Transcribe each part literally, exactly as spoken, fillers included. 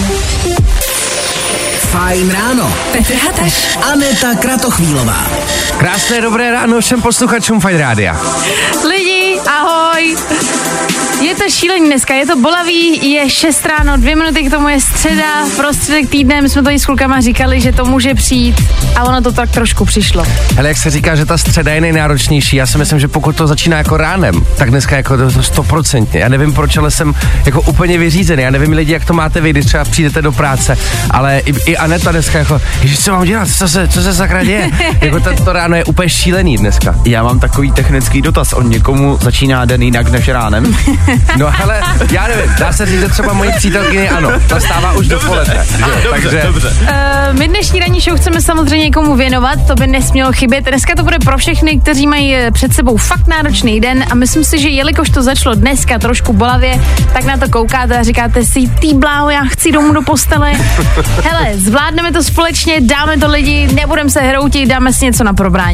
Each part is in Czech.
Fajn ráno. Petr Hataš. Aneta Kratochvílová. Krásné dobré ráno všem posluchačům Fajn rádia. Lidi, ahoj. Je to šílený dneska, je to bolavý, je šest ráno, dvě minuty k tomu je středa, prostředek týdne, my jsme to i s klukama říkali, že to může přijít a ono to tak trošku přišlo. Hele, jak se říká, že ta středa je nejnáročnější, já si myslím, že pokud to začíná jako ránem, tak dneska jako stoprocentně. Já nevím, proč, ale jsem jako úplně vyřízený, já nevím lidi, jak to máte vy, když třeba přijdete do práce, ale i, i Aneta dneska jako, ježiš, co mám dělat, co se, co se sakra děje? Jako to, to ráno je úplně šílený dneska. Já mám takový technický dotaz, on někomu začíná den jinak než ránem. No hele, já nevím, dá se říct, že třeba mojí přítelkyně ano, to stává už dopoledne. Dobře, takže... dobře. Uh, my dnešní ranní show chceme samozřejmě někomu věnovat, to by nesmělo chybět. Dneska to bude pro všechny, kteří mají před sebou fakt náročný den a myslím si, že jelikož to začalo dneska trošku bolavě, tak na to koukáte a říkáte si, ty bláho, já chci domů do postele. Hele, zvládneme to společně, dáme to lidi, nebudeme se hroutit, dáme si něco na probrání.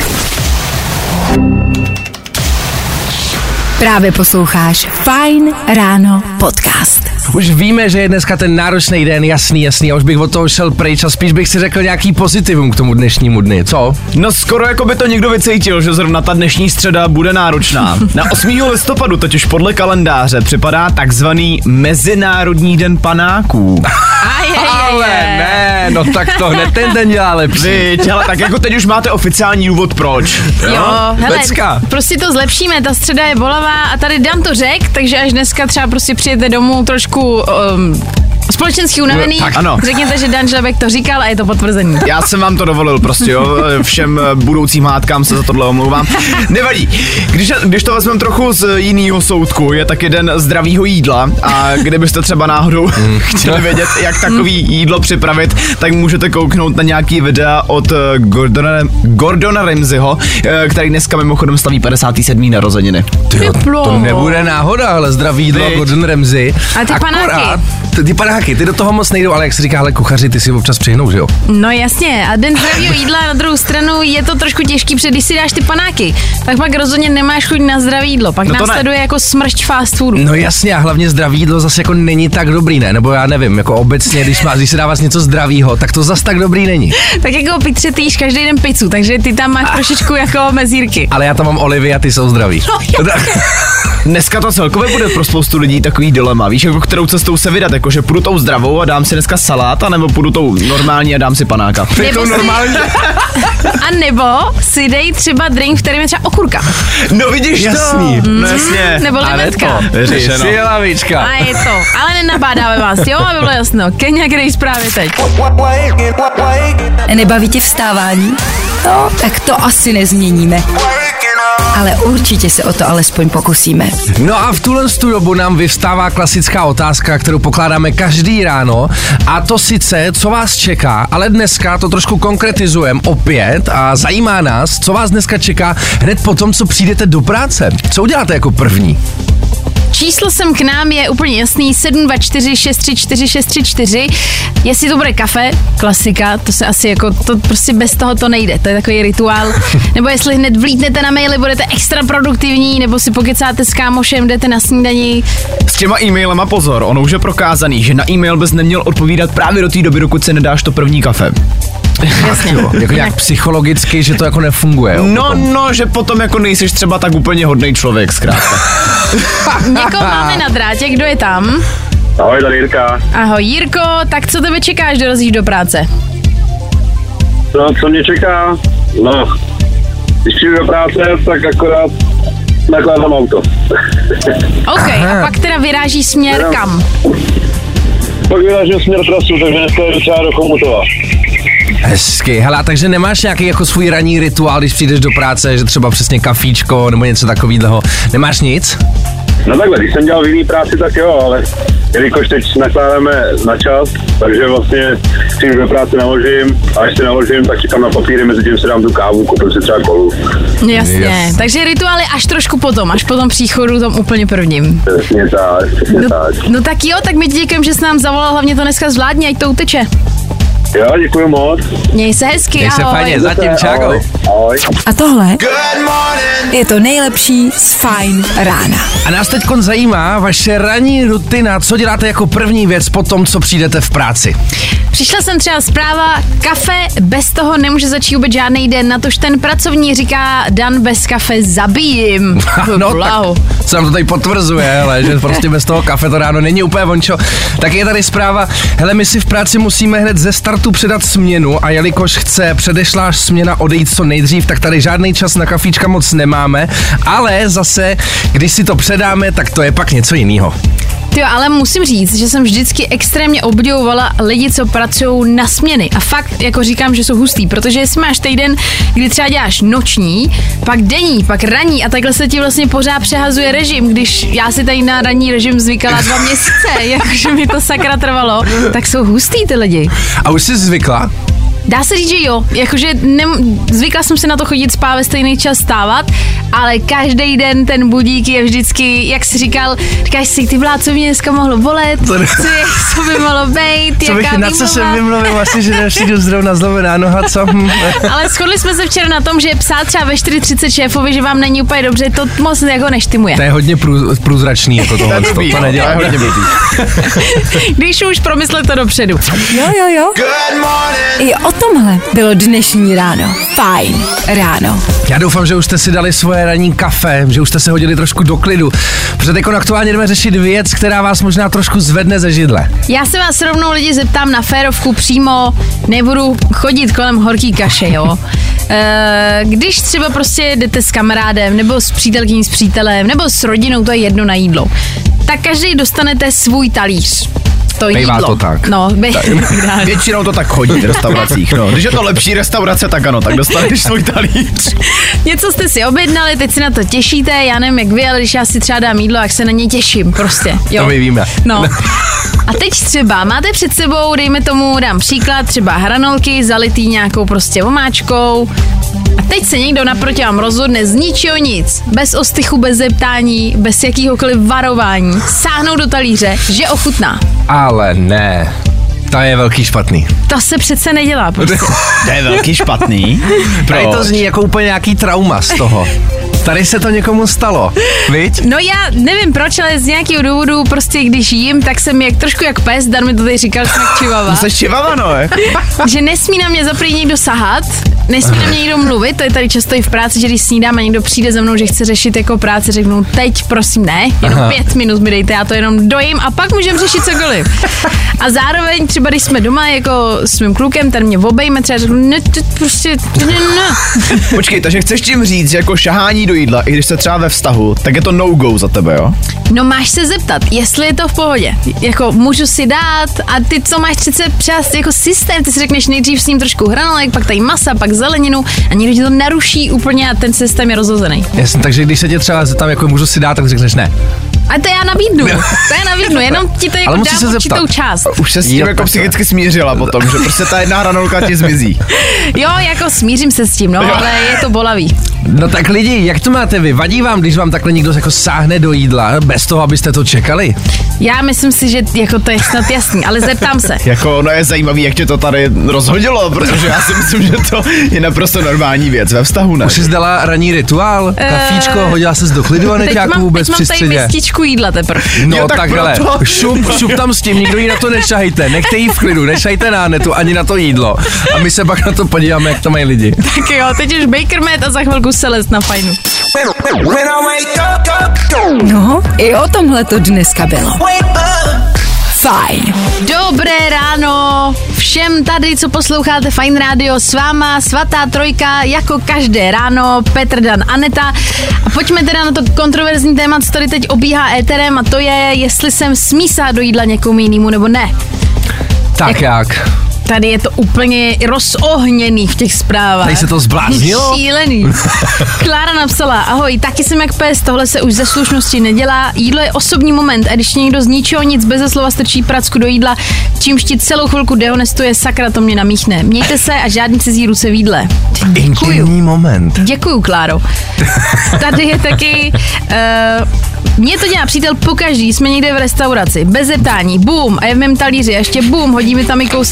Právě posloucháš Fajn ráno podcast. Už víme, že je dneska ten náročný den, jasný, jasný, a už bych od toho šel pryč a spíš bych si řekl nějaký pozitivum k tomu dnešnímu dny, co? No skoro jako by to někdo vycítil, že zrovna ta dnešní středa bude náročná. Na osmého listopadu totiž podle kalendáře připadá takzvaný Mezinárodní den panáků. Ale ne, no tak to hned ten den dělá lepší. Víč, ale tak jako teď už máte oficiální důvod proč. Jo, jo hele, Pecka. prostě to zlepšíme, ta středa je bolavá a tady Dan to řek, takže až dneska třeba prostě přijete domů trošku um, společensky unavený, tak ano. Řekněte, že Dan Žlebek to říkal a je to potvrzený. Já jsem vám to dovolil prostě, jo, všem budoucím hádkám se za tohle omlouvám. Nevadí, když, když to vezmeme trochu z jinýho soudku, je taky den zdravýho jídla a kdybyste třeba náhodou mm. chtěli vědět, jak takový jídlo připravit, tak můžete kouknout na nějaký videa od Gordona, Gordona Ramsayho, který dneska mimochodem slaví padesátý sedmý narozeniny. Tyjo, to nebude náhoda, ale zdravý jídlo, Gordon Ramsay. A ty panáky. Ty, ty panáky, ty do toho moc nejdou, ale jak se říká, ale kuchaři, ty si občas přihnou, že jo? No jasně, a den zdravýho jídla na druhou stranu je to trošku těžký, protože když si dáš ty panáky, tak pak rozhodně nemáš chuť na zdravý jídlo, pak no následuje ne. jako smršť fast foodu. No jasně, a hlavně zdravý jídlo zase jako není tak dobrý, ne? Nebo já nevím, jako obecně, když, má, když si dáváš něco zdravýho, tak to zas tak dobrý není. Tak jako Petře, ty jíš každý den pizzu, takže ty tam máš trošičku jako mezírky. Ale já tam mám olivy a ty jsou zdraví. No, dneska to celkově bude pro spoustu lidí takový dilema, víš, jako kterou cestou se vydat, jako že půjdu tou zdravou a dám si dneska salát, anebo půjdu tou normální a dám si panáka. Nebo si... normální. A nebo si dej třeba drink, v kterém je třeba okurka. No vidíš jasný. to. No jasně. Nebo limetka. Ty si lavička. A je to. Ale nenabádáme vás, jo, aby bylo jasno. Kenya, kde zprávě teď. Nebaví tě vstávání? No, tak to asi nezměníme. Ale určitě se o to alespoň pokusíme. No a v tuhle dobu nám vyvstává klasická otázka, kterou pokládáme každý ráno, a to sice, co vás čeká, ale dneska to trošku konkretizujeme opět a zajímá nás, co vás dneska čeká hned po tom, co přijdete do práce. Co uděláte jako první? Číslo sem k nám je úplně jasný, sedm dva čtyři šest tři čtyři šest tři čtyři. Jestli to bude kafe, klasika, to se asi jako, to prostě bez toho to nejde, to je takový rituál. Nebo jestli hned vlítnete na maily, budete extra produktivní, nebo si pokecáte s kámošem, jdete na snídani. S těma e-mailema pozor, ono už je prokázaný, že na e-mail bys neměl odpovídat právě do té doby, dokud si nedáš to první kafe. Jasně. Jo, jako nějak psychologicky, že to jako nefunguje. Jo, no, potom. no, že potom jako nejsiš třeba tak úplně hodnej člověk, zkrátka. Někoho máme na drátě, kdo je tam? Ahoj, tady Jirka. Ahoj Jirko, tak co tebe čeká, až dorazíš do práce? No, co mě čeká? No, když přijdu do práce, tak akorát nakládám auto. OK, Aha. A pak teda vyráží směr Jenom. kam? Pak vyrážím směr trasu, takže dneska je třeba do Chomutova. Hezky, hele, takže nemáš nějaký jako svůj ranní rituál, když přijdeš do práce, že třeba přesně kafíčko nebo něco takového, nemáš nic? No takhle, když jsem dělal v jiný práci, tak jo, ale jelikož teď nakládáme na čas, takže vlastně přijdu do práce naložím a až si naložím, tak čekám na papíry, mezi tím si dám tu kávu, koupím si třeba kolu. Jasně, yes. Takže rituály až trošku potom, až po tom příchodu tom úplně prvním. Přesně tak, přesně no, tak. No tak jo, tak my ti děkujeme, že jsi nám zavolal, hlavně to dneska zvládni, ať to uteče. Jo, děkuji moc. Měj se hezky, Měj se ahoj. fajně, zatím, čau. Ahoj. Ahoj. A tohle je to nejlepší z Fajn rána. A nás teď zajímá vaše ranní rutina, co děláte jako první věc po tom, co přijdete v práci. Přišla jsem třeba zpráva, kafe, bez toho nemůže začít vůbec žádný den, natož ten pracovní říká, Dan bez kafe zabijím. No Blahu. tak, co nám to tady potvrzuje, ale že prostě bez toho kafe to ráno není úplně vončo. Tak je tady zpráva, hele, my si v práci musíme hned ze startu předat směnu a jelikož chce předešlá směna odejít co nejdřív, tak tady žádný čas na kafíčka moc nemáme, ale zase, když si to předáme, tak to je pak něco jiného. Jo, ale musím říct, že jsem vždycky extrémně obdivovala lidi, co pracují na směny. A fakt, jako říkám, že jsou hustý, protože jestli máš týden, kdy třeba děláš noční, pak denní, pak ranní a takhle se ti vlastně pořád přehazuje režim, když já si tady na ranní režim zvykala dva měsíce, jakože mi to sakra trvalo, tak jsou hustý ty lidi. A už jsi zvykla? Dá se říct, že jo, jakože nem, zvykla jsem si na to chodit spát ve stejný čas stávat, ale každý den ten budík je vždycky, jak jsi říkal, říkáš si, ty vlá, co mě dneska mohlo bolet, co, je, co by mohlo být, Co bych, jaká na co jsem výmluva. vymluvil, vlastně, že nepřijdu zrovna zlomená noha, co? Hm. Ale shodli jsme se včera na tom, že psát třeba ve čtyři třicet šéfovi, že vám není úplně dobře, to moc jako neštymuje. To je hodně prů, průzračný, jako tohle, to, blbý, to no, nedělá. to je hodně blbý. Když už promyslete dopředu. Jo, jo, jo. I o tomhle bylo dnešní ráno. Fajn ráno. Já doufám, že už jste si dali svoje ranní kafe, že už jste se hodili trošku do klidu, protože teď aktuálně jdeme řešit věc, která vás možná trošku zvedne ze židle. Já se vás rovnou lidi zeptám na férovku přímo, nebudu chodit kolem horký kaše, jo. E, když třeba prostě jdete s kamarádem, nebo s přítelkyní, s přítelem, nebo s rodinou, to je jedno na jídlo, tak každý dostanete svůj talíř. To Bejvá jídlo. to tak. No, bej, tak. Většinou to tak chodí v restauracích, no. Když je to lepší restaurace, tak ano, tak dostaneš svůj talíř. Něco jste si objednali, teď si na to těšíte, já nevím jak vy, ale když já si třeba dám jídlo, jak se na ně těším, prostě. Jo. To my víme. No. A teď třeba máte před sebou, dejme tomu, dám příklad, třeba hranolky zalitý nějakou prostě omáčkou. A teď se někdo naproti vám rozhodne z ničeho nic, bez ostychu, bez zeptání, bez jakýhokoliv varování, sáhnout do talíře, že ochutná. Ale ne, to je velký špatný. To se přece nedělá prostě. To je velký špatný. Tady to Proč? zní jako úplně nějaký trauma z toho. Tady se to někomu stalo, viď? No já nevím proč, ale z nějakého důvodu prostě když jím, tak jsem jak trošku jak pes, Dan mi to tady říkal, jsem jak čivava. Jsi čivava, no, je? Že nesmí na mě zaprý někdo sahat, nesmí na mě někdo mluvit, to je tady často i v práci, že když snídám a někdo přijde za mnou, že chce řešit jako práci, řeknu teď prosím ne, jenom Aha. pět minut mi dejte, já to jenom dojím a pak můžeme řešit cokoliv. A zároveň třeba když jsme doma jako s mým klukem, ten mě obejme, třeba řeknu, ne, to prostě, ne, ne. Počkej, takže chceš tím říct, že jako šahání do jídla, i když jste třeba ve vztahu, tak je to no-go za tebe, jo? No máš se zeptat, jestli je to v pohodě. Jako můžu si dát a ty co máš přece přes jako systém, ty si řekneš nejdřív s ním trošku hranolek, pak tady masa, pak zeleninu a někdo ti to naruší úplně a ten systém je rozhozený. Jasně, takže když se tě třeba zeptám, jako můžu si dát, tak řekneš ne. A to já nabídnu, to já nabídnu, jenom ti to jako Ale musíš dám se určitou zeptat. část. Už se s tím Jo, jako takhle. psychicky smířila potom, že prostě ta jedna hranolka ti zmizí. Jo, jako smířím se s tím, no, ale je to bolavý. No tak lidi, jak to máte vy? Vadí vám, když vám takhle někdo jako sáhne do jídla, bez toho, abyste to čekali? Já myslím si, že jako to je snad jasný, ale zeptám se. Jako, no je zajímavý, jak tě to tady rozhodilo, protože já si myslím, že to je naprosto normální věc ve vztahu, ne? Už jsi zdala ranní rituál? Kafíčko, hodila ses do klidu a Teď neťáku mám, vůbec teď při mám tady středě? mističku jídla teprve. No Jo, tak tak hele, proto. šup, šup tam s tím, nikdo jí na to nešahejte, nechte jí v klidu, nešahejte na netu ani na to jídlo. A my se pak na to podíváme, jak to mají lidi. Tak jo, teď už Bakermat a za chvilku Celest na fajnu. No, i o tomhle to dneska bylo. Fajn. Dobré ráno všem tady, co posloucháte Fajn rádio, s váma svatá trojka, jako každé ráno, Petr, Dan, Aneta. A pojďme teda na to kontroverzní téma, co tady teď obíhá éterem, a to je, jestli jsem smísá do jídla někomu jinému nebo ne. Tak jak? Tady je to úplně rozohněný v těch zprávách. Tady se to zbláznilo? Šílený. Klára napsala, ahoj, taky jsem jak pes, tohle se už ze slušnosti nedělá. Jídlo je osobní moment a když někdo z ničeho nic beze slova strčí pracku do jídla, čímž ti celou chvilku dehonestuje, sakra, to mě namíchne. Mějte se a žádný cizí ruce v jídle. Intimní moment. Děkuju, Kláro. Tady je taky... Uh, mě to dělá přítel pokaždý, jsme někde v restauraci, bez zeptání, bum, a je v mém talíři, a ještě bum, hodí mi tam i kousek od sebe.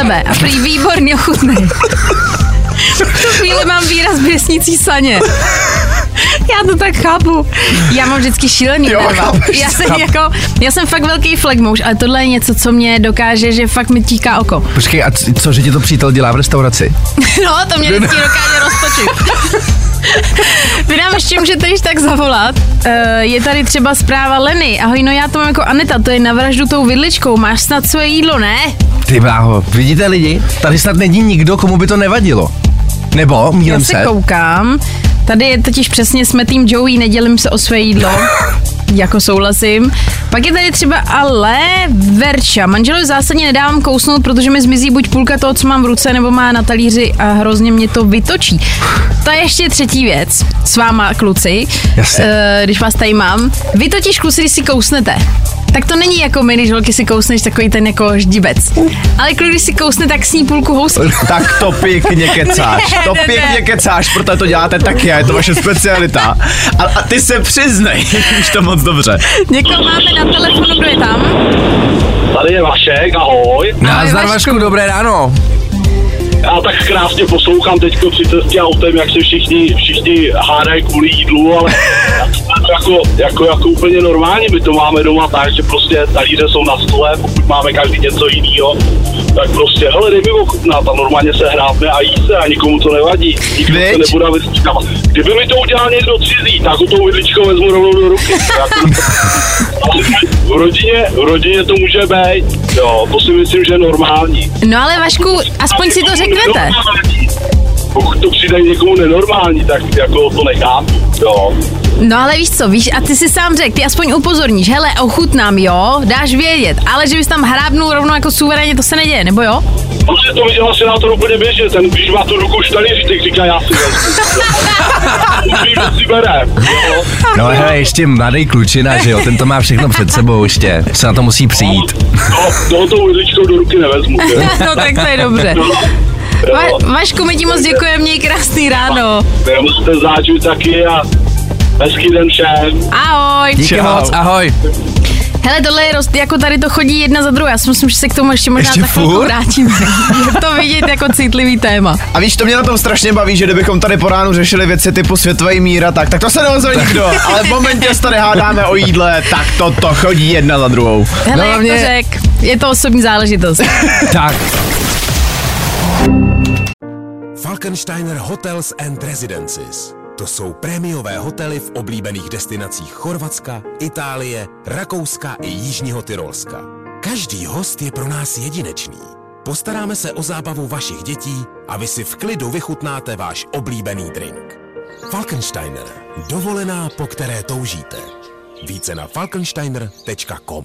sebe a prý výborně ochutnej. V tu chvíli mám výraz běsnící saně. Já to tak chápu. Já mám vždycky šílený nerva. Já jsem jako, já jsem fakt velký flagmouš, ale tohle je něco, co mě dokáže, že fakt mi tíká oko. Počkej, a co, že ti to přítel dělá v restauraci? No, to mě vždycky dokáže roztočit. Vy nám ještě můžete již tak zavolat. Uh, je tady třeba zpráva Leny. Ahoj, no já to mám jako Aneta, to je na vraždu tou vidličkou. Máš snad svoje jídlo, ne? Ty bláho, vidíte lidi? Tady snad není nikdo, komu by to nevadilo. Nebo, mýlím se. Já se koukám. Tady je totiž přesně jsme tým Joey, nedělím se o své jídlo. Jako souhlasím. Pak je tady třeba ale Verča. Manželovi zásadně nedávám kousnout, protože mi zmizí buď půlka toho, co mám v ruce, nebo má na talíři a hrozně mě to vytočí. To je ještě třetí věc s váma, kluci. Jasně. E, když vás tady mám. Vy totiž, kluci, když si kousnete, tak to není jako my, když holky si kousneš takový ten jako ždibec. Ale kluk, když si kousne, tak sní půlku housky. Tak to pěkně kecáš. Ne, to ne, pěkně ne. kecáš, protože to děláte taky a je to vaše specialita. A, a ty se přiznej, už to moc dobře. Někoho máme na telefonu, kdo je tam? Tady je Vašek, ahoj. Nazdar, Vašku, dobré ráno. Já tak krásně poslouchám teďko při cestě autem, jak se všichni, všichni hádají kvůli jídlu, ale jako, jako, jako úplně normálně, my to máme doma tak, že prostě talíře jsou na stole, pokud máme každý něco jiného, tak prostě, hele, dej mi ochutnat a normálně se hráme a jí se a nikomu to nevadí, nikdo Veď? se nebude vyslíkat. Kdyby mi to udělal někdo cizí, tak u tou vidličkou vezmu rovnou do ruky. v, rodině, v rodině to může být, jo, to si myslím, že je normální. No ale Vašku, aspoň si to řeknete. Pokud to přijde někomu nenormální, tak jako to nechápu, jo. No ale víš co, víš, a ty si sám řekl, ty aspoň upozorníš, hele, ochutnám, jo, dáš vědět, ale že bys tam hrábnul rovnou jako suverénně, to se neděje, nebo jo? Protože to viděla senátor úplně běžně, ten, když má tu ruku štalíři, tak říká, já si vezmu. Vím, že si bere, jo. No hele, ještě mladý klučina, že jo, ten to má všechno před sebou ještě, se na to musí přijít. No, tohoto vidličkou do ruky nevezmu. Jo. No tak to je dobře. Va- Vašku, my ti moc děkujeme, měj krásný ráno. Nemusíte záčuj taky a hezký den všem. Ahoj. Díky Čau. moc, ahoj. Hele, tohle je rost, jako tady to chodí jedna za druhou. Já si myslím, že se k tomu ještě možná Ještě za chvilku furt? vrátíme. Je to vidět jako citlivý téma. A víš, to mě na tom strašně baví, že kdybychom tady po ránu řešili věci typu světový mír a tak, tak to se neozve nikdo. Ale v momentě, že se tady hádáme o jídle, tak to, to chodí jedna za druhou. Hele, No, jak hlavně- to řek, je to osobní záležitost. Tak. Falkensteiner Hotels and Residences. To jsou prémiové hotely v oblíbených destinacích Chorvatska, Itálie, Rakouska i Jižního Tyrolska. Každý host je pro nás jedinečný. Postaráme se o zábavu vašich dětí a vy si v klidu vychutnáte váš oblíbený drink. Falkensteiner. Dovolená, po které toužíte. Více na falkensteiner tečka com.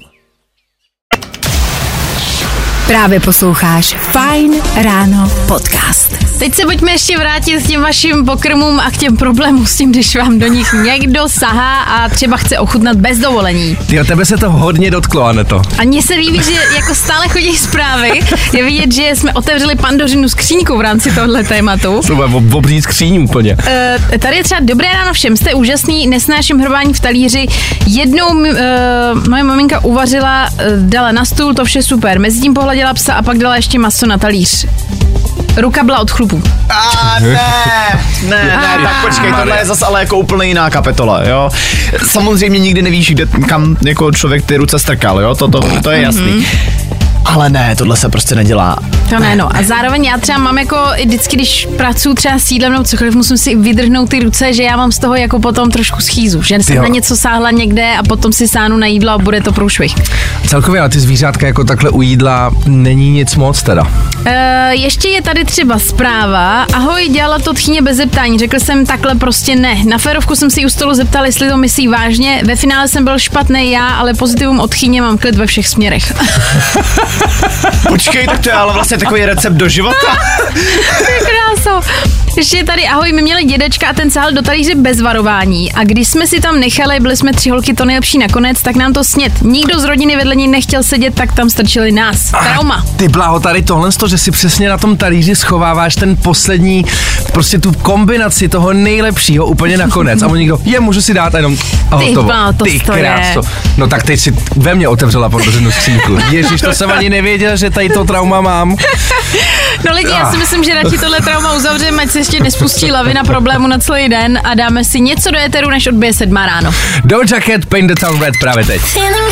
Právě posloucháš Fajn ráno podcast. Teď se pojďme ještě vrátit s těm vašim pokrmům a k těm problémům s tím, když vám do nich někdo sahá a třeba chce ochutnat bez dovolení. Ty, tebe se to hodně dotklo, Aneto. A mně se líbí, že jako stále chodí zprávy. Je vidět, že jsme otevřeli Pandořinu skříňku v rámci tohle tématu. To bude obří skříň úplně. Uh, tady je třeba dobré ráno všem, jste úžasný, nesnáším hrbání v talíři. Jednou uh, moje maminka uvařila, uh, dala na stůl, to vše super. Mezitím pohladila psa a pak dala ještě maso na talíř. Ruka byla od chlupu. A ne, ne, ne, tak počkej, tohle je zase ale jako úplně jiná kapitola, jo. Samozřejmě nikdy nevíš, kde, kam jako člověk ty ruce strkal, jo, to, to, to je jasný. Ale ne, tohle se prostě nedělá. To ne, no. A zároveň já třeba mám jako, i vždycky, když pracuji třeba s jídlem nebo cokoliv, musím si vydrhnout ty ruce, že já mám z toho jako potom trošku schýzu. Že jsem Jo. na něco sáhla někde a potom si sáhnu na jídlo a bude to průšvih. Celkově, ale ty zvířátka jako takhle u jídla není nic moc teda. E, ještě je tady třeba zpráva. Ahoj, dělala to tchýně bez zeptání. Řekl jsem takhle prostě ne. Na férovku jsem si u stolu zeptal, jestli to myslí vážně. Ve finále jsem byl špatný já, ale pozitivum od tchýně mám klid ve všech směrech. Počkej, tak to je ale vlastně takový recept do života. Kráso. Ještě je tady, ahoj, my měli dědečka a ten sáhl do talíře bez varování a když jsme si tam nechali, byli jsme tři holky to nejlepší nakonec, tak nám to snět. Nikdo z rodiny vedle ní nechtěl sedět, tak tam strčili nás. Trauma. Ty bláho, tady tohle, že si přesně na tom talíři schováváš ten poslední, prostě tu kombinaci toho nejlepšího úplně nakonec. A on někdo, je, můžu si dát a jenom a Ty hotovo. bláho, to Ty to je. kráso. No tak teď si ve mně otevřela Pandořinu skřínku. Ježíš, to se vám ani nevěděl, že tady to trauma mám. No lidi, já si myslím, že radši tohle trauma uzavřeme, ať se ještě nespustí lavina problému na celý den a dáme si něco do éteru, než odbije sedmá ráno. Doja Cat, Paint the Town Red právě teď.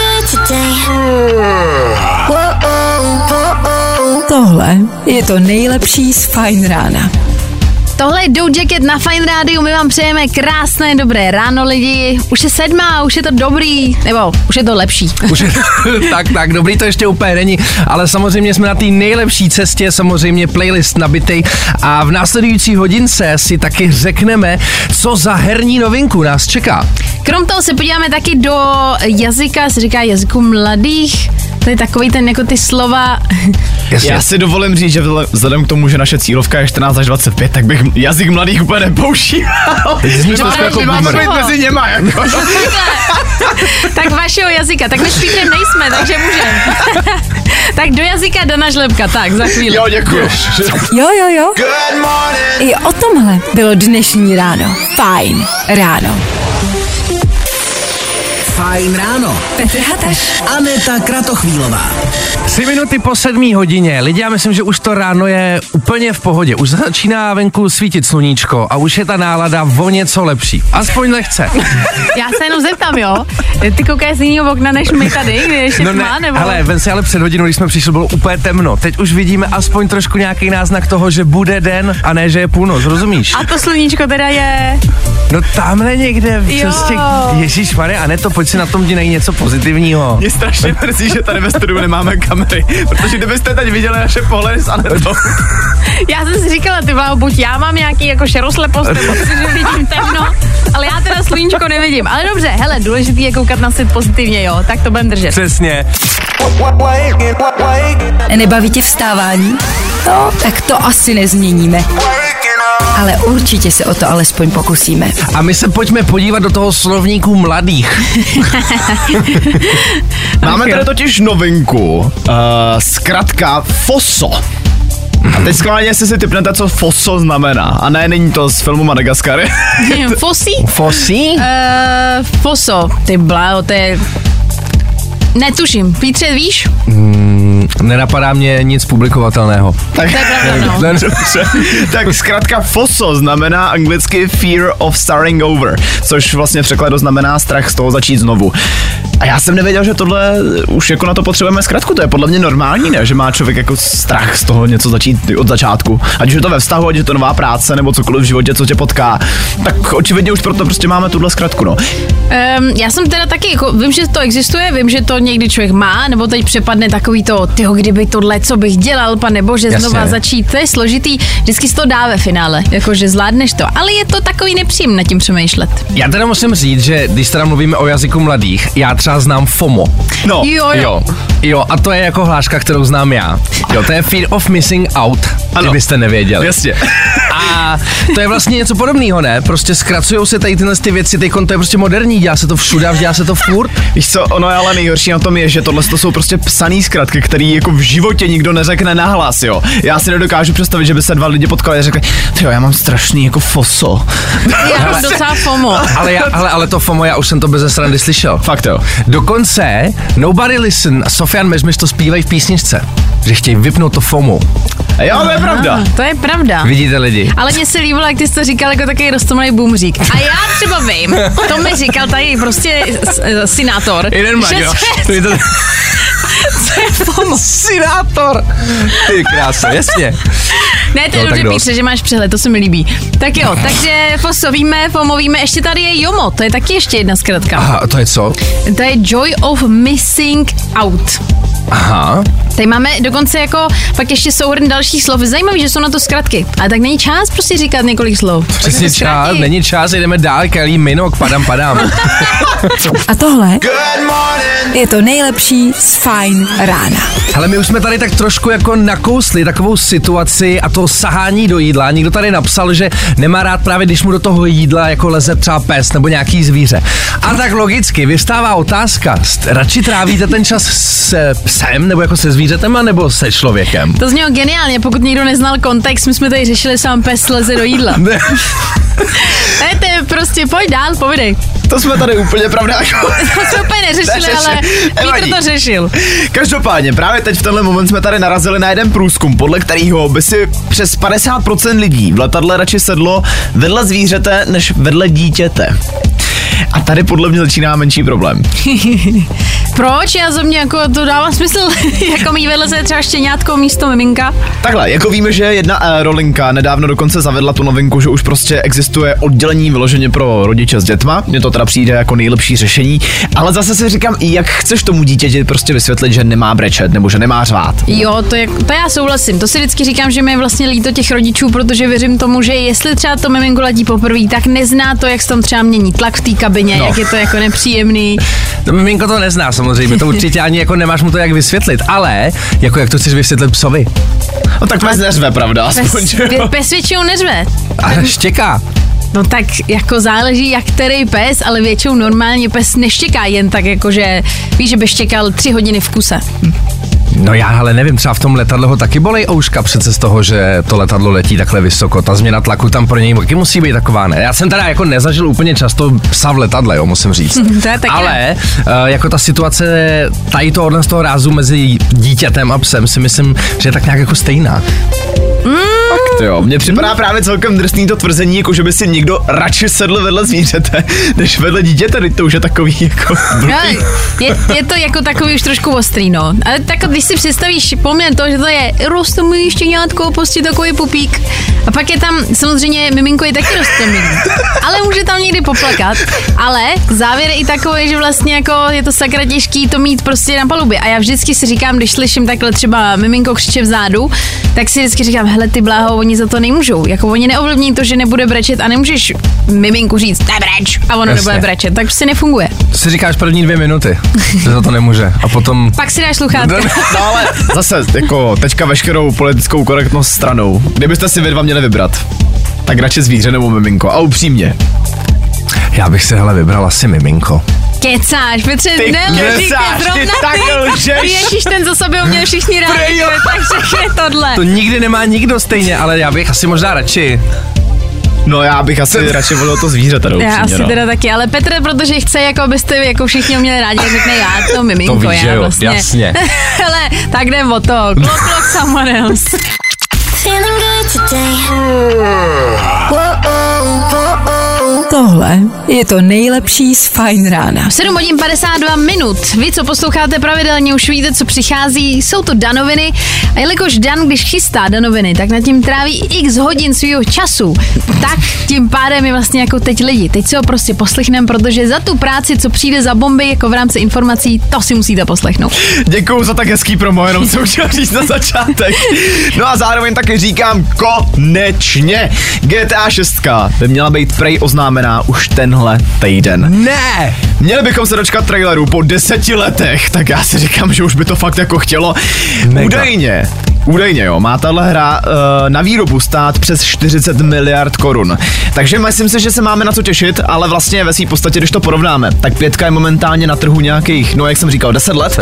Tohle je to nejlepší z Fajn rána. Tohle je Doja Cat na Fajn rádiu, my vám přejeme krásné, dobré ráno lidi. Už je sedmá, už je to dobrý, nebo už je to lepší. Už je, tak, tak, dobrý to ještě úplně není, ale samozřejmě jsme na té nejlepší cestě, samozřejmě playlist nabitej a v následující hodince si taky řekneme, co za herní novinku nás čeká. Krom toho se podíváme taky do jazyka, se říká jazyku mladých, to je takový ten jako ty slova. Jasně. Já si dovolím říct, že vzhledem k tomu, že naše cílovka je čtrnáct až dvacet pět, tak bych jazyk mladých úplně nepoužíval. Zníš to jako máme být mezi něma, jako. Tak vašeho jazyka, tak my s Pítrem nejsme, takže můžeme. Tak do jazyka Dana Žlebka, tak za chvíli. Jo, děkuji. Jo, jo, jo. I o tomhle bylo dnešní ráno. Fajn ráno. Fajn ráno. Petr Hataš. Aneta Kratochvílová. Tři minuty po sedmý hodině. Lidi, já myslím, že už to ráno je úplně v pohodě. Už začíná venku svítit sluníčko a už je ta nálada o něco lepší. Aspoň lehce. Já se jenom zeptám, jo? Ty koukáš z jiného okna než my tady, kde ještě No tma, ne, nebo? ale ven si ale před hodinou, když jsme přišli, bylo úplně temno. Teď už vidíme aspoň trošku nějaký náznak toho, že bude den a ne, že je půlnoc, rozumíš? A to sluníčko teda je... No tamhle někde, Jo. prostě, ježišmarja, Aneto, pojď si na tom děnej něco pozitivního. Mě strašně mrzí, že tady ve studiu nemáme kamery, protože kdybyste teď viděli naše pohledy s Anetou. Já jsem si říkala, ty váho, buď já mám nějaký jako šeroslepost, nebo si, že vidím temno, ale já teda sluníčko nevidím. Ale dobře, hele, důležitý je koukat na svět pozitivně, jo, tak to budem držet. Přesně. Nebaví tě vstávání? No, tak to asi nezměníme. Ale určitě se o to alespoň pokusíme. A my se pojďme podívat do toho slovníku mladých. Máme tady totiž novinku, uh, zkratka FOSO. A teď schválně, jestli si typnete, co FOSO znamená. A ne, není to z filmu Madagaskar. Fosí? Fosí? Uh, foso, ty bláho, to je... Netuším, Pítře, víš? Mm, nenapadá mě nic publikovatelného. Tak, To je pravda, no. Dobře. Tak zkrátka FOSO znamená anglicky Fear of Starting Over, což vlastně v překladu znamená strach z toho začít znovu. A já jsem nevěděl, že tohle už jako na to potřebujeme zkratku, to je podle mě normální, ne? Že má člověk jako strach z toho něco začít od začátku. Ať už je to ve vztahu, ať je to nová práce, nebo cokoliv v životě, co tě potká. Tak očividně už proto prostě máme tuhle zkratku, no. Um, já jsem teda taky, jako, vím, že to existuje, vím, že to někdy člověk má, nebo teď přepadne takový to, tyjo, kdyby tohle, co bych dělal, pane bože, Jasně. znova začít, to je složitý, vždycky se to dá ve finále, jakože zvládneš to, ale je to takový nepříjemný nad tím přemýšlet. Já teda musím říct, že když teda mluvíme o jazyku mladých, já třeba znám FOMO. No, Jo, jo. Jo, jo, a to je jako hláška, kterou znám já. Jo, to je Fear of Missing Out, Ano. kdybyste nevěděli. jasně. A to je vlastně něco podobného, ne? Prostě zkracujou se tady tyhle ty věci, teď to je prostě moderní, dělá se to všude, dělá se to furt. Víš co, ono je ale nejhorší na tom je, že tohle to jsou prostě psaný zkratky, který jako v životě nikdo neřekne nahlas, jo. Já si nedokážu představit, že by se dva lidi potkali a řekli, tyjo, já mám strašný jako foso. Já mám docela FOMO. Ale, já, ale, ale to FOMO, já už jsem to bez srandy slyšel. Fakt jo. Dokonce Nobody Listen a Sofian Mezmiš to zpívají v písničce, že chtějí vypnout to FOMO. A jo, to je pravda. To je pravda. Vidíte lidi? Ale mně se líbilo, jak ty jsi to říkal jako takový roztomilý boomřík. A já třeba vím, to mi říkal tady prostě s- s- synátor. Jeden má, že jo. co- To je to... co je FOMO. Synátor! Ty krása, jasně. Ne, to je No, tak dobře, dost. Pítře, že máš přehled, to se mi líbí. Tak jo, takže FOSO víme, FOMO víme, ještě tady je JOMO, to je taky ještě jedna zkratka. Aha, to je co? To je Joy of Missing Out. Aha. Tady máme dokonce jako pak ještě souhrn dalších slov. Zajímavý, že jsou na to zkratky. Ale tak není čas prostě říkat několik slov. Přesně Tak to čas, zkrátí. není čas, jdeme dál, Kelly Minok, padám, padám. A tohle je to nejlepší z Fajn rána. Ale my už jsme tady tak trošku jako nakousli takovou situaci a to sahání do jídla. Někdo tady napsal, že nemá rád právě, když mu do toho jídla jako leze třeba pes nebo nějaký zvíře. A tak logicky vystává otázka, st- radši trávíte ten čas s psem nebo jako se zvířetem a nebo se člověkem? To znělo geniálně, pokud někdo neznal kontext, my jsme tady řešili sám pes leze do jídla. Ne. Ne, to je prostě, pojď dál, povidej. To jsme tady úplně pravda. To jsme úplně neřešili, ale Petr to řešil. Každopádně, právě teď v tenhle moment jsme tady narazili na jeden průzkum, podle kterého by si přes padesát procent lidí v letadle radši sedlo vedle zvířete, než vedle dítěte. A tady podle mě začíná menší problém. Proč? Já za mě jako to dává smysl, jako mít vedle se třeba štěňátko místo miminka. Takhle, jako víme, že jedna aerolinka nedávno dokonce zavedla tu novinku, že už prostě existuje oddělení vyloženě pro rodiče s dětma. Mně to teda přijde jako nejlepší řešení, ale zase si říkám, jak chceš tomu dítěti prostě vysvětlit, že nemá brečet nebo že nemá řvát. Jo, to, je, to já souhlasím. To si vždycky říkám, že mi je vlastně líto těch rodičů, protože věřím tomu, že jestli třeba to miminko letí poprvé, tak nezná to, jak se tam třeba mění tlak v té kabině, no. Jak je to jako nepříjemný. To miminko to nezná samozřejmě, to určitě ani jako nemáš mu to jak vysvětlit, ale jako jak to chceš vysvětlit psovi? No tak pes neřve, pravda? Aspoň, pes, pes většinou neřve. A štěká. No tak jako záleží, jak který pes, ale většinou normálně pes neštěká jen tak, jakože víš, že by štěkal tři hodiny v kuse. No já ale nevím, třeba v tom letadle ho taky bolej ouška přece z toho, že to letadlo letí takhle vysoko. Ta změna tlaku tam pro něj taky musí být taková, ne? Já jsem teda jako nezažil úplně často psa v letadle, jo, musím říct. To je taky ale uh, jako ta situace tady to od z toho rázu mezi dítětem a psem si myslím, že je tak nějak jako stejná. Mm. Fakt jo, mně připadá právě celkem drsný to tvrzení, jako že by si někdo radši sedl vedle zvířete, než vedle dítěte, teď to už je takový jako no, je, je to jako takový už trošku ostrý, no. Ale tak když si představíš poměr to, že to je rostomilý štěňátko, prostě takový pupík. A pak je tam, samozřejmě miminko je taky rostomilý, ale může tam někdy poplakat. Ale závěr je i takový, že vlastně jako je to sakra těžký to mít prostě na palubě. A já vždycky si říkám, když slyším takhle třeba miminko křiče vzadu, tak si vždycky říkám, hele ty bláho, oni za to nemůžou. Jako oni neovlivní to, že nebude brečet a nemůžeš miminku říct, nebreč, a ono nebude brečet, tak prostě nefunguje. To si říkáš první dvě minuty, že za to nemůže. A potom... Pak si dáš sluchátka. No ale zase, jako teďka veškerou politickou korektnost stranou. Kdybyste si vy dva měli vybrat, tak radši zvíře nebo miminko. A upřímně. Já bych si hele vybral asi miminko. Kecáš, Petře, ne, kecáš, zrovna ty tak lžeš. Ty ježíš, ten za sobě měl všichni rádi, tak všechno tohle. To nikdy nemá nikdo stejně, ale já bych asi možná radši. No já bych asi radši volil to zvíře teda upřímně, já asi no. teda taky, ale Petr, protože chce, jako abyste jako všichni měli rádi, tak řekne já to miminko, to víš, já jo, vlastně. Jasně. Hele, tak jdem o to, klok, klok, someone else. Tohle je to nejlepší z Fajn rána. sedm hodin padesát dva minut. Vy, co posloucháte pravidelně, už víte, co přichází. Jsou to danoviny. A jelikož Dan, když chystá danoviny, tak nad tím tráví x hodin svého času. Tak tím pádem je vlastně jako teď lidi. Teď si ho prostě poslechneme, protože za tu práci, co přijde za bomby, jako v rámci informací, to si musíte poslechnout. Děkuju za tak hezký promo, jenom jsem chtěl říct na začátek. No a zároveň taky říkám konečně. G T A šest by měla být prej oznámená už tenhle týden. Ne! Měli bychom se dočkat traileru po deseti letech, tak já si říkám, že už by to fakt jako chtělo. Mega. Údajně, údajně jo, má tahle hra uh, na výrobu stát přes čtyřicet miliard korun. Takže myslím si, že se máme na co těšit, ale vlastně ve své podstatě, když to porovnáme, tak pětka je momentálně na trhu nějakých, no jak jsem říkal, deset let.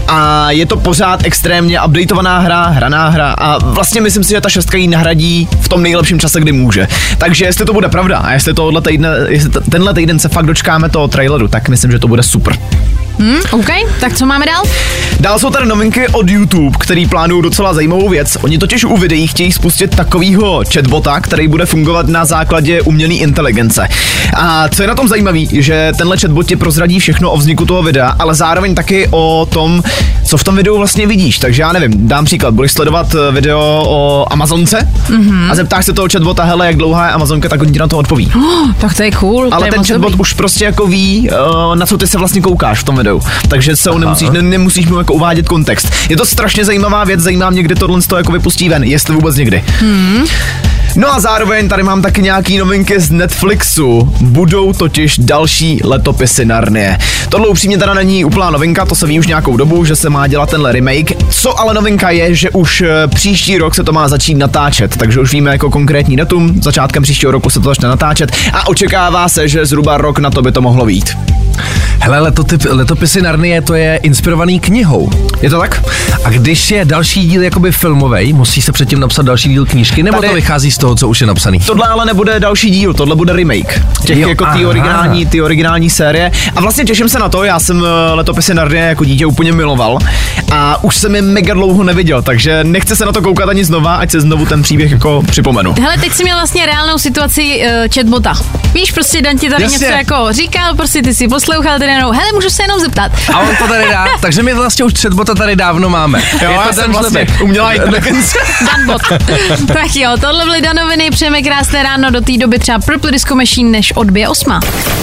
A je to pořád extrémně updateovaná hra, hraná hra a vlastně myslím si, že ta šestka ji nahradí v tom nejlepším čase, kdy může. Takže jestli to bude pravda a jestli tohle týdne, jestli tenhle týden se fakt dočkáme toho traileru, tak myslím, že to bude super. Hmm, OK, tak co máme dál? Dál jsou tady novinky od YouTube, který plánují docela zajímavou věc. Oni totiž u videí chtějí spustit takovýho chatbota, který bude fungovat na základě umělé inteligence. A co je na tom zajímavý, že tenhle chatbot ti prozradí všechno o vzniku toho videa, ale zároveň taky o tom, co v tom videu vlastně vidíš. Takže já nevím, dám příklad, budeš sledovat video o Amazonce mm-hmm. a zeptáš se toho chatbota, hele, jak dlouhá je Amazonka, tak on ti na to odpoví. Oh, tak to je cool. Ale je ten chatbot dobrý. Už prostě jako ví, na co ty se vlastně koukáš v tom videu. Takže se ho nemusíš, ne, nemusíš mu jako uvádět kontext. Je to strašně zajímavá věc, zajímá mě, kdy tohle z toho jako vypustí ven, jestli vůbec někdy. Hmm. No a zároveň tady mám taky nějaký novinky z Netflixu. Budou totiž další letopisy Narnie. Tohle upřímně teda není úplná novinka, to se ví už nějakou dobu, že se má dělat tenhle remake. Co ale novinka je, že už příští rok se to má začít natáčet, takže už víme jako konkrétní datum, začátkem příštího roku se to začne natáčet a očekává se, že zhruba rok na to by to mohlo být. Hele, letotip, letopisy Narnie, to je inspirovaný knihou. Je to tak? A když je další díl jakoby filmovej, musí se předtím napsat další díl knížky, nebo Tady... to vychází z toho, co už je napsaný? Tohle ale nebude další díl, tohle bude remake. Těch Jo, jako ty aha. originální, ty originální série. A vlastně těším se na to, já jsem letopisy Narnie jako dítě úplně miloval a už jsem je mega dlouho neviděl, takže nechce se na to koukat ani znova, ať se znovu ten příběh jako připomenu. Hele, teď jsi měl vlastně reálnou situaci uh, chatbota. Víš, prostě Dan ti tady Jasně. něco jako říkal, prostě ty si poslouchal, tady jenom, hele, můžu se jenom zeptat. A on to tady dá, takže my vlastně už chatbota tady dávno máme. Jo, je já to jsem Dan vlastně Žlebek. umělá inteligence. Danbot. Tak jo, tohle byly Danoviny, přejeme krásné ráno, do té doby třeba Purple Disco Machine, než odbije osma.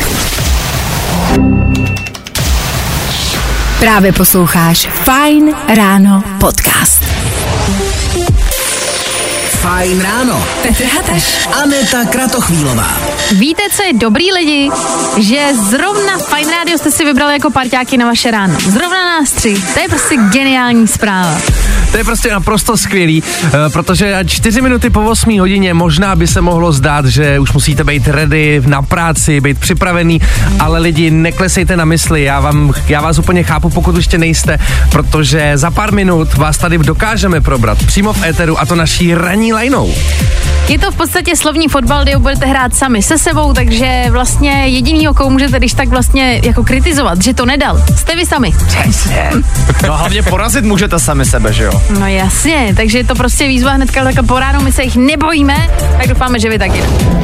Právě posloucháš Fajn ráno podcast. Fajn ráno. Petr Hateš. Aneta Kratochvílová. Víte, co je dobrý lidi? Že zrovna Fajn rádio jste si vybrali jako parťáky na vaše ráno. Zrovna nás tři. To je prostě geniální zpráva. To je prostě naprosto skvělý, protože čtyři minuty po osmé hodině možná by se mohlo zdát, že už musíte být ready na práci, být připravený, ale lidi, neklesejte na mysli, já, vám, já vás úplně chápu, pokud ještě nejste, protože za pár minut vás tady dokážeme probrat přímo v éteru, a to naší ranní lajnou. Je to v podstatě slovní fotbal, kde budete hrát sami se sebou, takže vlastně jedinýho, koho můžete když tak vlastně jako kritizovat, že to nedal, jste vy sami. No hlavně porazit můžete sami sebe, že jo? No jasně, takže je to prostě výzva hnedka takhle po ránu, my se jich nebojíme, tak doufáme, že vy taky.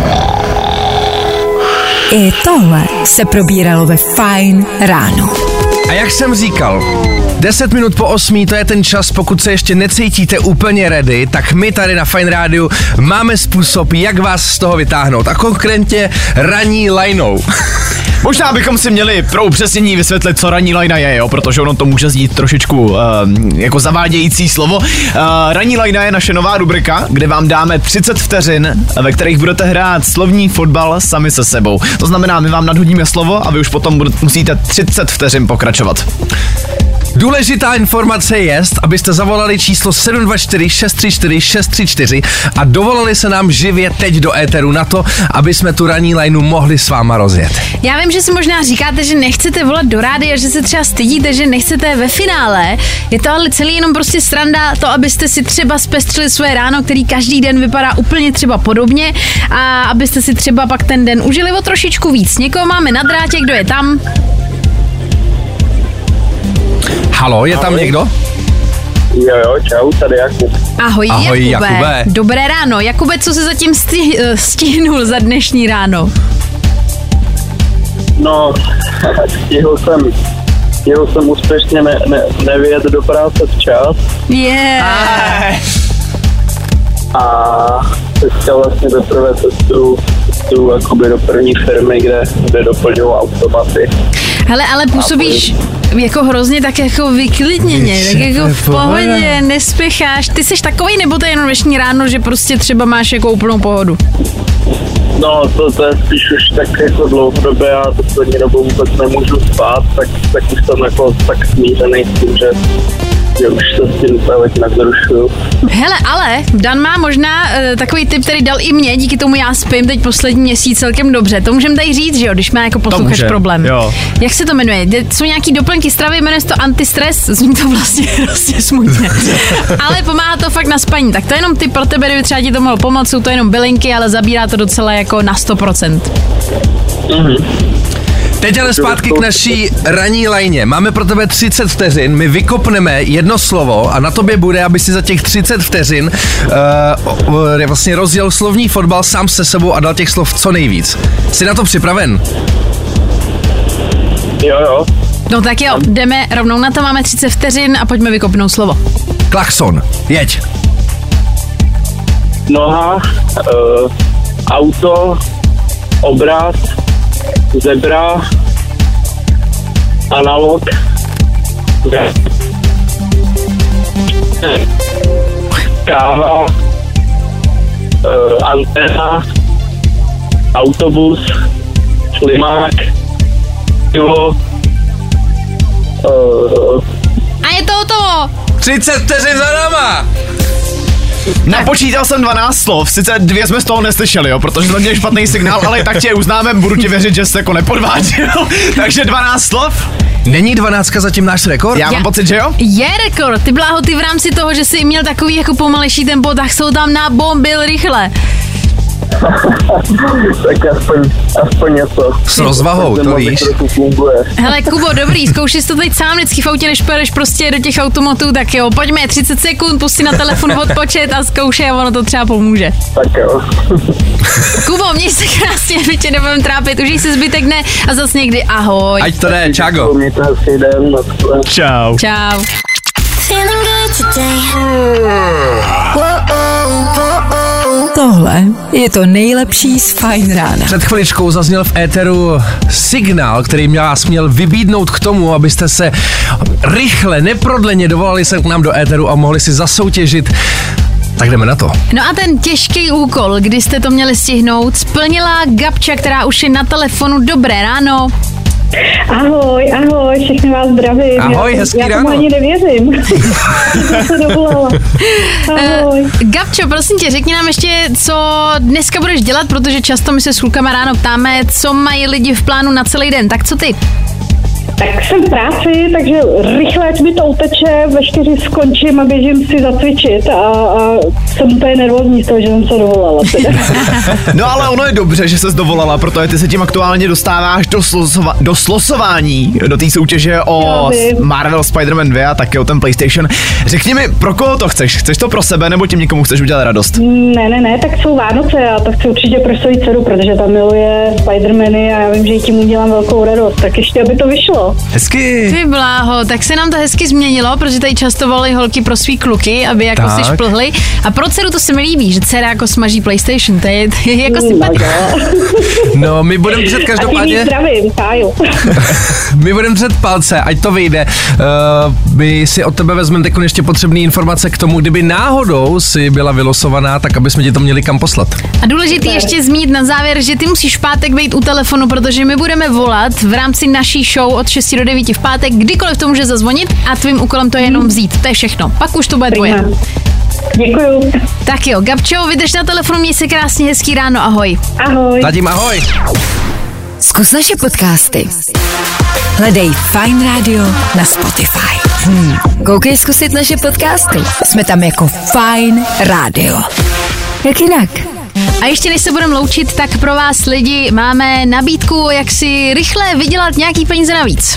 I tohle se probíralo ve Fajn ráno. A jak jsem říkal, deset minut po osmí, to je ten čas, pokud se ještě necítíte úplně ready, tak my tady na Fajn rádiu máme způsob, jak vás z toho vytáhnout. A konkrétně ranní lajnou. Možná bychom si měli pro upřesnění vysvětlit, co ranní lajna je, jo, protože ono to může znít trošičku uh, jako zavádějící slovo. Uh, ranní lajna je naše nová rubrika, kde vám dáme třicet vteřin, ve kterých budete hrát slovní fotbal sami se sebou. To znamená, my vám nadhodíme slovo a vy už potom budete, musíte třicet vteřin pokračovat. Důležitá informace je, abyste zavolali číslo sedm dva čtyři šest tři čtyři šest tři čtyři a dovolali se nám živě teď do éteru na to, aby jsme tu ranní lajnu mohli s váma rozjet. Já vím, že si možná říkáte, že nechcete volat do rádia, že se třeba stydíte, že nechcete ve finále. Je to ale celý jenom prostě sranda, to, abyste si třeba zpestřili svoje ráno, který každý den vypadá úplně třeba podobně, a abyste si třeba pak ten den užili o trošičku víc. Někoho máme na drátě, kdo je tam? Halo, je tam někdo? Jo, jo, čau, tady Jakub. Ahoj, Ahoj, Jakube. Jakube. Dobré ráno. Jakube, co se zatím sti- stihnul za dnešní ráno? No, stihl jsem, stihl jsem úspěšně ne, ne, nevyjet do práce včas Yeah. a teďka vlastně teprve cestu, cestu jakoby do první firmy, kde, kde doplňují automaty. Hele, ale působíš jako hrozně tak jako vyklidněně, tak jako v pohodě, nespěcháš. Ty jsi takovej, nebo to je jenom dnešní ráno, že prostě třeba máš jako úplnou pohodu? No, to, to je spíš už tak jako dlouhodobě, já poslední dobou vůbec nemůžu spát, tak, tak už jsem jako tak smířený s tím, že, že už se s tím úplně jinak zrušuju. Hele, ale Dan má možná uh, takový tip, který dal i mě, díky tomu já spím teď poslední měsíc celkem dobře. To můžeme tady říct, že jo, když má jako posluchač problém. Jo. Jak se to jmenuje? Jsou nějaký doplňky stravy, jmenuje se to antistres, zní to vlastně hrozně smutně. Ale pomáhá to fakt na spaní. Tak to je jenom tip pro tebe, kdyby třeba ti to mohlo pomoct, jsou to jenom bylinky, ale zabírá to docela jako na sto procent. Mm-hmm. Teď ale zpátky k naší ranní lajně. Máme pro tebe třicet vteřin, my vykopneme jedno slovo a na tobě bude, aby si za těch třicet vteřin uh, uh, vlastně rozjel slovní fotbal sám se sebou a dal těch slov co nejvíc. Jsi na to připraven? Jo, jo. No tak jo, jdeme rovnou na to, máme třicet vteřin a pojďme vykopnout slovo. Klakson, jeď. Noha, uh, auto, obraz, zebra, analog, káva, uh, anténa, autobus, slimák, pivo, uh, A je to hotovo! třicet vteřin za náma! Napočítal jsem dvanáct slov, sice dvě jsme z toho neslyšeli, jo, protože jsme měli špatný signál, ale tak tě uznáme, budu ti věřit, že jsi jako nepodváděl. Takže dvanáct slov. Není dvanáctka zatím náš rekord? Já mám Já- pocit, že jo? Je rekord, ty Bláho, ty v rámci toho, že jsi měl takový jako pomalejší tempo, tak jsou tam nabombil rychle. Tak aspoň, aspoň něco. S rozvahou, to víš. Hele, Kubo, dobrý, zkouši to teď sám vždycky v autě, než pojedeš prostě do těch automatů, tak jo, pojďme, třicet sekund, pusti na telefon odpočet a zkoušej a ono to třeba pomůže. Tak jo. Kubo, měj se krásně, my tě nebudem trápit, užij si zbytek dne a zas někdy ahoj. Ať to jde, čago. Mějte hezký den. Na Čau. Čau. Tohle je to nejlepší z Fajn rána. Před chviličkou zazněl v éteru signál, který mě vás měl vybídnout k tomu, abyste se rychle, neprodleně dovolali se k nám do éteru a mohli si zasoutěžit. Tak jdeme na to. No a ten těžký úkol, kdy jste to měli stihnout, splnila Gabča, která už je na telefonu. Dobré ráno. Ahoj, ahoj, všechny vás zdravím. Ahoj, já, hezký já ráno. tomu ani nevěřím. Já se dovolala. Ahoj. Uh, Gabčo, prosím tě, řekni nám ještě, co dneska budeš dělat, protože často my se s klukama ráno ptáme, co mají lidi v plánu na celý den. Tak co ty? Tak jsem v práci, takže rychle, ať mi to uteče, ve čtyři skončím a běžím si zacvičit a, a jsem úplně nervózní z toho, že jsem se dovolala. Teda. No ale ono je dobře, že ses dovolala, protože ty se tím aktuálně dostáváš do, slosova- do slosování, do té soutěže o Jo, vím. Marvel Spider-Man dva a taky o ten PlayStation. Řekni mi, pro koho to chceš? Chceš to pro sebe, nebo tím někomu chceš udělat radost? Ne, ne, ne, tak jsou Vánoce a to chci určitě pro svoji dceru, protože tam miluje Spider-Many a já vím, že jí tím udělám velkou radost, tak ještě, aby to vyšlo. Hezky. Ty Bláho, tak se nám to hezky změnilo, protože tady často volají holky pro svý kluky, aby jako Tak. si šplhli. A pro dceru to se mi líbí, že dcera jako smaží PlayStation, to je, to je jako No, sympatické. jo. No, my budeme držet A tím jí každopádně, zdravím, Káju. my budeme držet palce, ať to vyjde. Uh, my si od tebe vezmeme teď ještě potřebné informace k tomu, kdyby náhodou si byla vylosovaná, tak aby jsme ti to měli kam poslat. A důležitý ještě zmínit na závěr, že ty musíš v pátek být u telefonu, protože my budeme volat v rámci naší show od šesti do devíti v pátek, kdykoliv to může zazvonit a tvým úkolem to je jenom vzít. To je všechno. Pak už to bude tvoje. Děkuju. Tak jo, Gabčo, vydrž na telefonu, měj se krásně, hezký ráno, ahoj. Ahoj. Zatím ahoj. Zkus naše podcasty. Hledej Fajn Radio na Spotify. Hmm. Koukej zkusit naše podcasty. Jsme tam jako Fajn Radio. Jak jinak? A ještě než se budeme loučit, tak pro vás lidi máme nabídku, jak si rychle vydělat nějaký peníze navíc.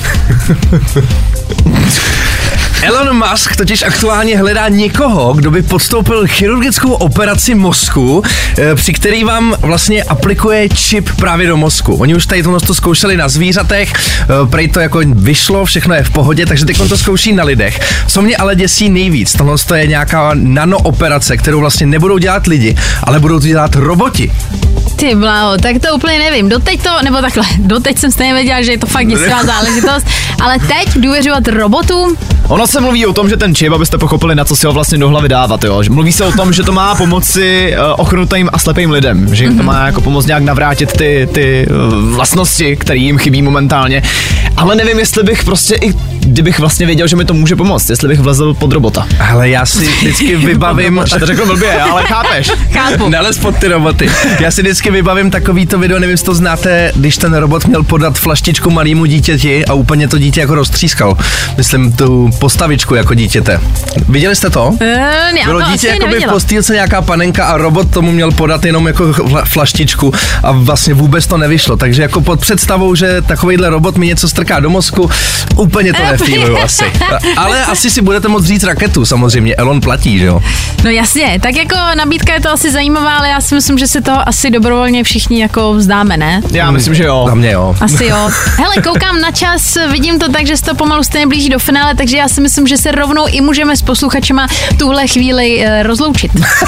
Elon Musk totiž aktuálně hledá někoho, kdo by podstoupil chirurgickou operaci mozku, eh, při který vám vlastně aplikuje čip právě do mozku. Oni už tady tohle to zkoušeli na zvířatech, eh, prej to jako vyšlo, všechno je v pohodě, takže teď on to zkouší na lidech. Co mě ale děsí nejvíc, tohle to je nějaká nanooperace, kterou vlastně nebudou dělat lidi, ale budou to dělat roboti. Ty Bláho, tak to úplně nevím. Doteď to, nebo takhle, doteď jsem stejně věděla, že je to fakt děsivá záležitost, ale teď důvěřovat robotům, Ono se mluví o tom, že ten čip, abyste pochopili, na co si ho vlastně do hlavy dávat, jo. Že Mluví se o tom, že to má pomoci uh, ochrnutým a slepým lidem, že jim to má jako pomoct nějak navrátit ty, ty uh, vlastnosti, které jim chybí momentálně. Ale nevím, jestli bych prostě i kdybych vlastně věděl, že mi to může pomoct, jestli bych vlezl pod robota. Ale já si vždycky vybavím... A to řekl blbě, ale chápeš. chápu. Nelez pod ty roboty. Já si vždycky vybavím takovýto video, nevím, jestli to znáte, když ten robot měl podat flaštičku malému dítěti a úplně to dítě jako roztřískal. Myslím tu postavičku jako dítěte. Viděli jste to? Uh, já Bylo to dítě asi jako by v neviděla. postýlce nějaká panenka a robot tomu měl podat jenom jako fla- flaštičku a vlastně vůbec to nevyšlo. Takže jako pod představou, že takovejhle robot mi něco strká do mozku, úplně to nefíluju asi. Ale asi si budete moct říct raketu, samozřejmě. Elon platí, že jo? No jasně, tak jako nabídka je to asi zajímavá, ale já si myslím, že se toho asi dobrovolně všichni jako vzdáme, ne? Já myslím, že jo. Za mě jo. Asi jo. Hele, koukám na čas, vidím to tak, že se to pomalu stejně blíží do finále, takže já si myslím, že se rovnou i můžeme s posluchačema tuhle chvíli uh, rozloučit.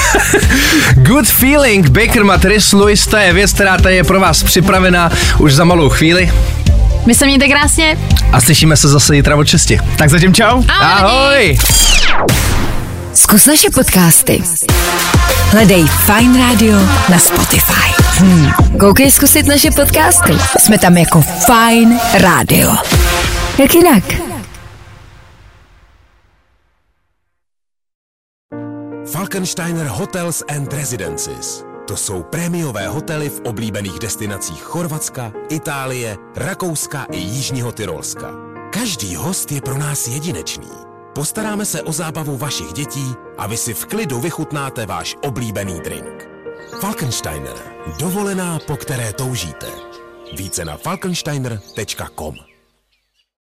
Good Feeling, Baker Matris, Louis, to je věc, která tady je pro vás připravená už za malou chvíli. My se mějte krásně. A slyšíme se zase zítra od šesti. Tak zatím čau. Ahoj! Zkus naše podcasty. Hledej Fajn Radio na Spotify. Hmm. Koukej zkusit naše podcasty. Jsme tam jako Fajn Radio. Jak jinak? Falkensteiner Hotels and Residences. To jsou prémiové hotely v oblíbených destinacích Chorvatska, Itálie, Rakouska i Jižního Tyrolska. Každý host je pro nás jedinečný. Postaráme se o zábavu vašich dětí a vy si v klidu vychutnáte váš oblíbený drink. Falkensteiner. Dovolená, po které toužíte. Více na falkensteiner tečka com.